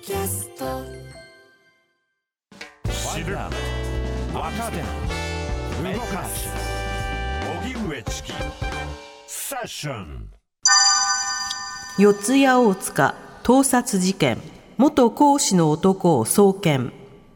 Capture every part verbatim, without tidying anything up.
キャスト知る若手動かす荻上チキセッション。 四谷大塚盗撮事件、元講師の男を送検。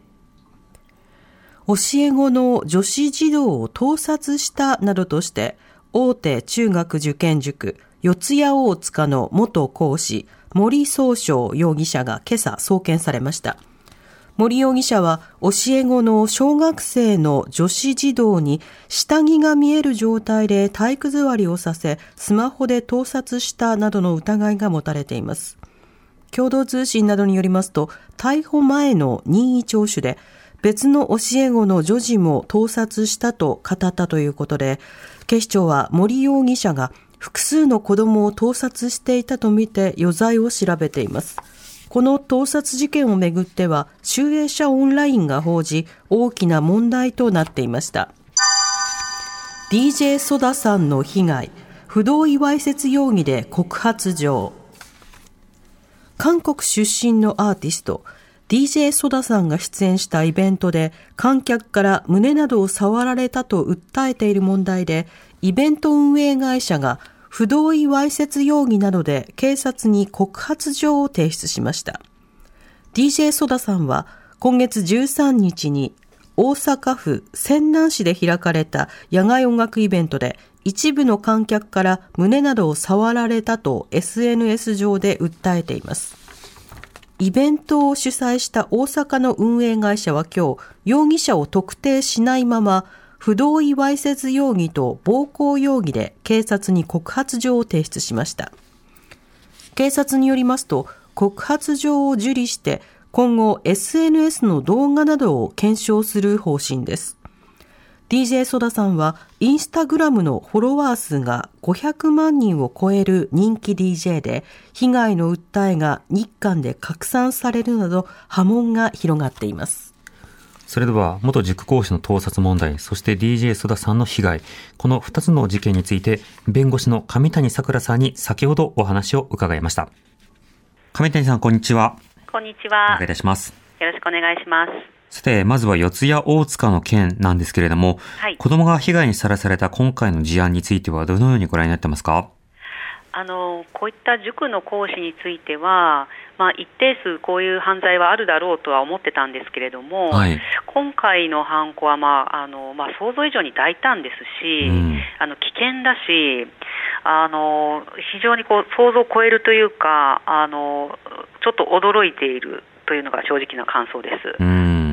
教え子の女子児童を盗撮したなどとして大手中学受験塾四谷大塚の元講師森崇翔容疑者が今朝送検されました。森容疑者は教え子の小学生の女子児童に下着が見える状態で体育座りをさせスマホで盗撮したなどの疑いが持たれています。共同通信などによりますと、逮捕前の任意聴取で別の教え子の女児も盗撮したと語ったということで、警視庁は森容疑者が複数の子供を盗撮していたとみて余罪を調べています。この盗撮事件をめぐっては集英社オンラインが報じ、大きな問題となっていました。 ディージェー ソダさんの被害、不同意わいせつ容疑で告発状。韓国出身のアーティスト ディージェー ソダさんが出演したイベントで観客から胸などを触られたと訴えている問題で、イベント運営会社が不同意わいせつ容疑などで警察に告発状を提出しました。 ディージェー ソダさんは今月じゅうさんにちに大阪府泉南市で開かれた野外音楽イベントで一部の観客から胸などを触られたと エスエヌエス 上で訴えています。イベントを主催した大阪の運営会社は今日、容疑者を特定しないまま不同意わいせつ容疑と暴行容疑で警察に告発状を提出しました。警察によりますと、告発状を受理して今後 エスエヌエス の動画などを検証する方針です。 ディージェー ソダさんはインスタグラムのフォロワー数がごひゃくまんにんを超える人気 ディージェー で、被害の訴えが日韓で拡散されるなど波紋が広がっています。 それでは元塾講師の盗撮問題、そして ディージェー ソダさんの被害、このふたつの事件について弁護士の上谷さくらさんに先ほどお話を伺いました。上谷さん、こんにちは。 こんにちは。 お願いいたします。 よろしくお願いします。 さて、まずは四谷大塚の件なんですけれども、はい、子供が被害にさらされた今回の事案についてはどのようにご覧になってますか？ あのこういった塾の講師については、まあ、一定数こういう犯罪はあるだろうとは思ってたんですけれども、はい、今回の犯行は、まああのまあ、想像以上に大胆ですし、うん、あの危険だし、あの非常にこう想像を超えるというか、あのちょっと驚いているというのが正直な感想です。 うん、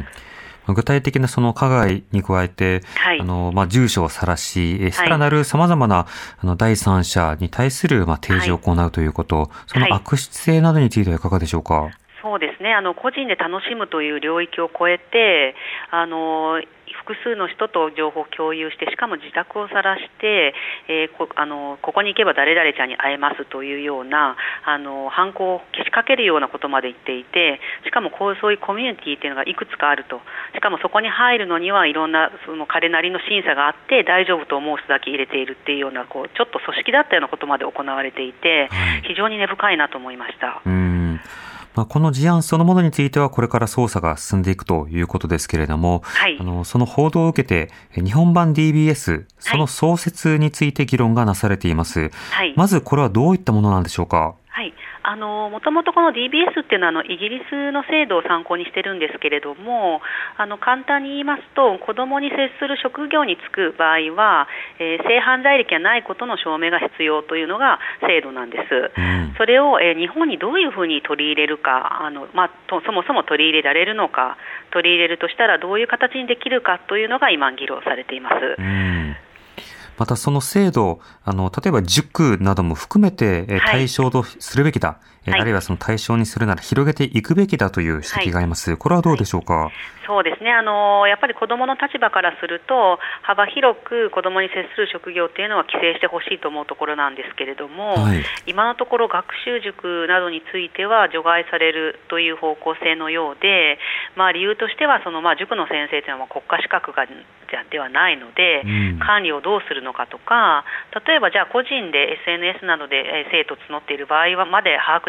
具体的なその加害に加えて、はい、あの、まあ、住所を晒し、さらなる様々な、あの、第三者に対する、まあ、提示を行うということ、はい、その悪質性などについてはいかがでしょうか？ そうですね。あの、個人で楽しむという領域を超えて、あの、複数の人と情報を共有して、しかも自宅を晒して、えー、こ, あのここに行けば誰々ちゃんに会えますというようなあの犯行をけしかけるようなことまで言っていて、しかもこうそういうコミュニティというのがいくつかあると、しかもそこに入るのにはいろんなその彼なりの審査があって大丈夫と思う人だけ入れているっていうようなこうちょっと組織だったようなことまで行われていて、非常に根深いなと思いました。 うーんまあ、この事案そのものについてはこれから捜査が進んでいくということですけれども、はい、あのその報道を受けて日本版 ディービーエス、その創設について議論がなされています、はい、まずこれはどういったものなんでしょうか？ はい、あのもともとこの ディービーエス っていうのはあのイギリスの制度を参考にしてるんですけれども、あの簡単に言いますと、子どもに接する職業に就く場合は、えー、性犯罪歴がないことの証明が必要というのが制度なんです、うん、それを、えー、日本にどういうふうに取り入れるか、あの、まあ、とそもそも取り入れられるのか、取り入れるとしたらどういう形にできるかというのが今議論されています。 うん、またその制度、あの例えば塾なども含めて対象とするべきだ、はい、あるいはその対象にするなら広げていくべきだという指摘があります、はい、これはどうでしょうか？はい、 そうですね、あのやっぱり子どもの立場からすると幅広く子どもに接する職業というのは規制してほしいと思うところなんですけれども、はい、今のところ学習塾などについては除外されるという方向性のようで、まあ、理由としてはその、まあ、塾の先生というのは国家資格がではないので、うん、管理をどうするのかとか、例えばじゃあ個人で エスエヌエス などで生徒を募っている場合はまで把握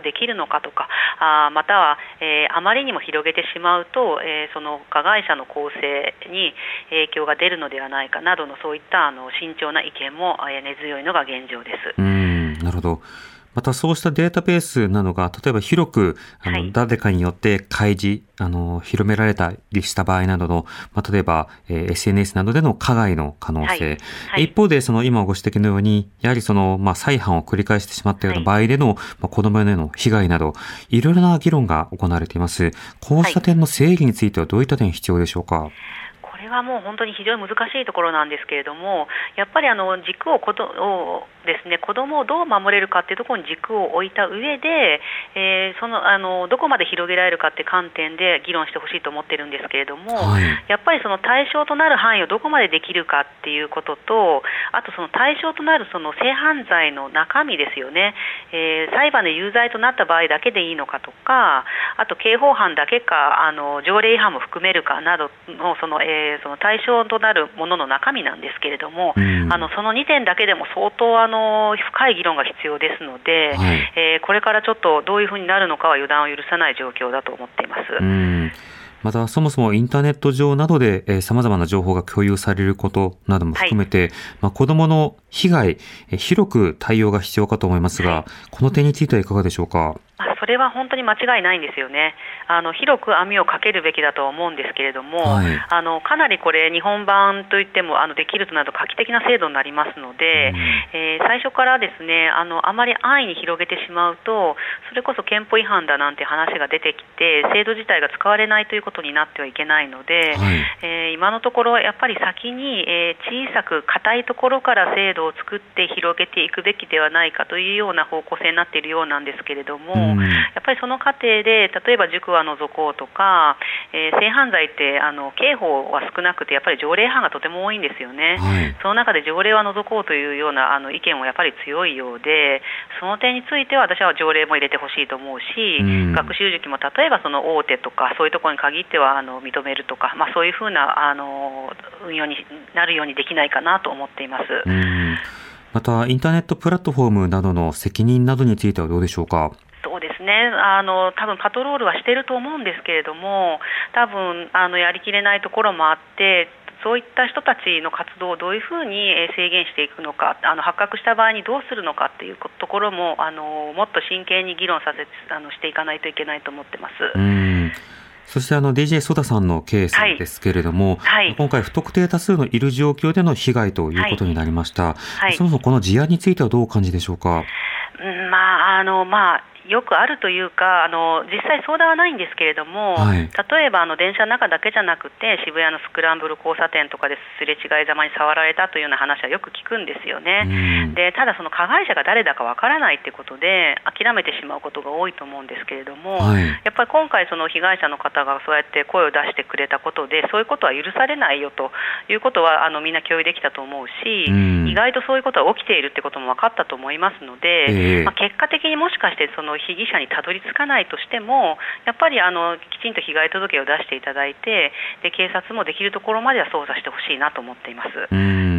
できるのかとか、あまたは、えー、あまりにも広げてしまうと、えー、その加害者の更生に影響が出るのではないかなどのそういったあの慎重な意見も、えー、根強いのが現状です。 うーん、なるほど。またそうしたデータベースなどが例えば広くあの、はい、誰かによって開示あの広められたりした場合などの、まあ、例えば、えー、エスエヌエス などでの加害の可能性、はいはい、一方でその今ご指摘のようにやはりその、まあ、再犯を繰り返してしまったような場合での、はい、まあ、子供への被害などいろいろな議論が行われています。こうした点の整理についてはどういった点必要でしょうか。はい、 これはもう本当に非常に難しいところなんですけれども、やっぱりあの軸をことをですね、子どもをどう守れるかっていうところに軸を置いた上で、えー、そのあのどこまで広げられるかって観点で議論してほしいと思ってるんですけれども、はい、やっぱりその対象となる範囲をどこまでできるかっていうことと、あとその対象となるその性犯罪の中身ですよね、えー、裁判で有罪となった場合だけでいいのかとか、あと刑法犯だけかあの条例違反も含めるかなどのその、えー、その対象となるものの中身なんですけれども、うん、あのそのにてんだけでも相当あの深い議論が必要ですので、はい、えー、これからちょっとどういうふうになるのかは予断を許さない状況だと思っています。 うん、またそもそもインターネット上などで、えー、様々な情報が共有されることなども含めて、はい、まあ、子どもの被害、えー、広く対応が必要かと思いますが、はい、この点についてはいかがでしょうか。 それは本当に間違いないんですよね。あの広く網をかけるべきだと思うんですけれども、はい、あのかなりこれ日本版といってもあのできるとなると画期的な制度になりますので、うん、えー、最初からですね、あのあまり安易に広げてしまうとそれこそ憲法違反だなんて話が出てきて制度自体が使われないということになってはいけないので、はい、えー、今のところやっぱり先に、えー、小さく硬いところから制度を作って広げていくべきではないかというような方向性になっているようなんですけれども、うん、やっぱりその過程で例えば塾は除こうとか、えー、性犯罪ってあの刑法は少なくてやっぱり条例違反がとても多いんですよね、はい、その中で条例は除こうというようなあの意見もやっぱり強いようで、その点については私は条例も入れてほしいと思うし、うん、学習塾も例えばその大手とかそういうところに限ってはあの認めるとか、まあ、そういうふうなあの運用になるようにできないかなと思っています。 うん、またインターネットプラットフォームなどの責任などについてはどうでしょうか。 そうですね、あの多分パトロールはしていると思うんですけれども、多分あのやりきれないところもあって、そういった人たちの活動をどういうふうに制限していくのか、あの発覚した場合にどうするのかっていうところもあのもっと真剣に議論させあのしていかないといけないと思ってます。 うん、そしてあの ディージェー ソダさんのケースですけれども、はいはい、今回不特定多数のいる状況での被害ということになりました、はいはい、そもそもこの事案についてはどうお感じでしょうか。 うん、まああのまあよくあるというか、あの実際相談はないんですけれども、はい、例えばあの電車の中だけじゃなくて渋谷のスクランブル交差点とかですれ違いざまに触られたというような話はよく聞くんですよね。でただその加害者が誰だかわからないということで諦めてしまうことが多いと思うんですけれども、はい、やっぱり今回その被害者の方がそうやって声を出してくれたことでそういうことは許されないよということはあのみんな共有できたと思うし、う意外とそういうことは起きているってことも分かったと思いますので、えーまあ、結果的にもしかしてその被疑者にたどり着かないとしてもやっぱりあのきちんと被害届を出していただいて、で警察もできるところまでは捜査してほしいなと思っています。 うん、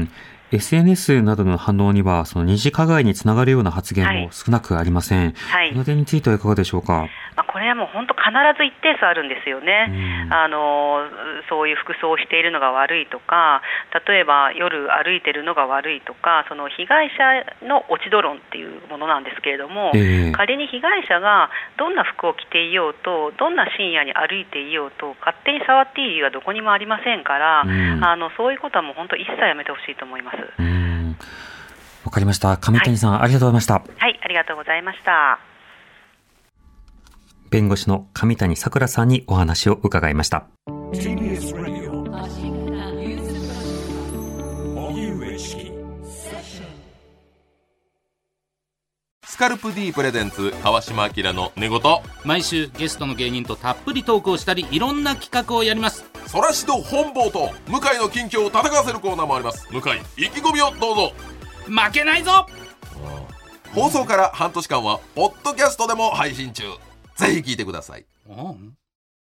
エスエヌエス などの反応にはその二次加害につながるような発言も少なくありません、はい、この点についてはいかがでしょうか。 まあ、これはもう本当必ず一定数あるんですよね。あのそういう服装をしているのが悪いとか、例えば夜歩いているのが悪いとか、その被害者の落ち度論っていうものなんですけれども、えー、仮に被害者がどんな服を着ていようとどんな深夜に歩いていようと勝手に触っていい理由はどこにもありませんから、あのそういうことはもう本当一切やめてほしいと思います。 うん、わかりました。上谷さん、はい、ありがとうございました。 はい、ありがとうございました。 弁護士の上谷さくらさんにお話を伺いました。 スカルプ D プレゼンツ川島明の寝言。 毎週ゲストの芸人とたっぷりトークをしたりいろんな企画をやります。 そらしど本坊と向井の近況を戦わせるコーナーもあります。向井意気込みをどうぞ。 負けないぞ。 放送から半年間はポッドキャストでも配信中。ぜひ聞いてください。うん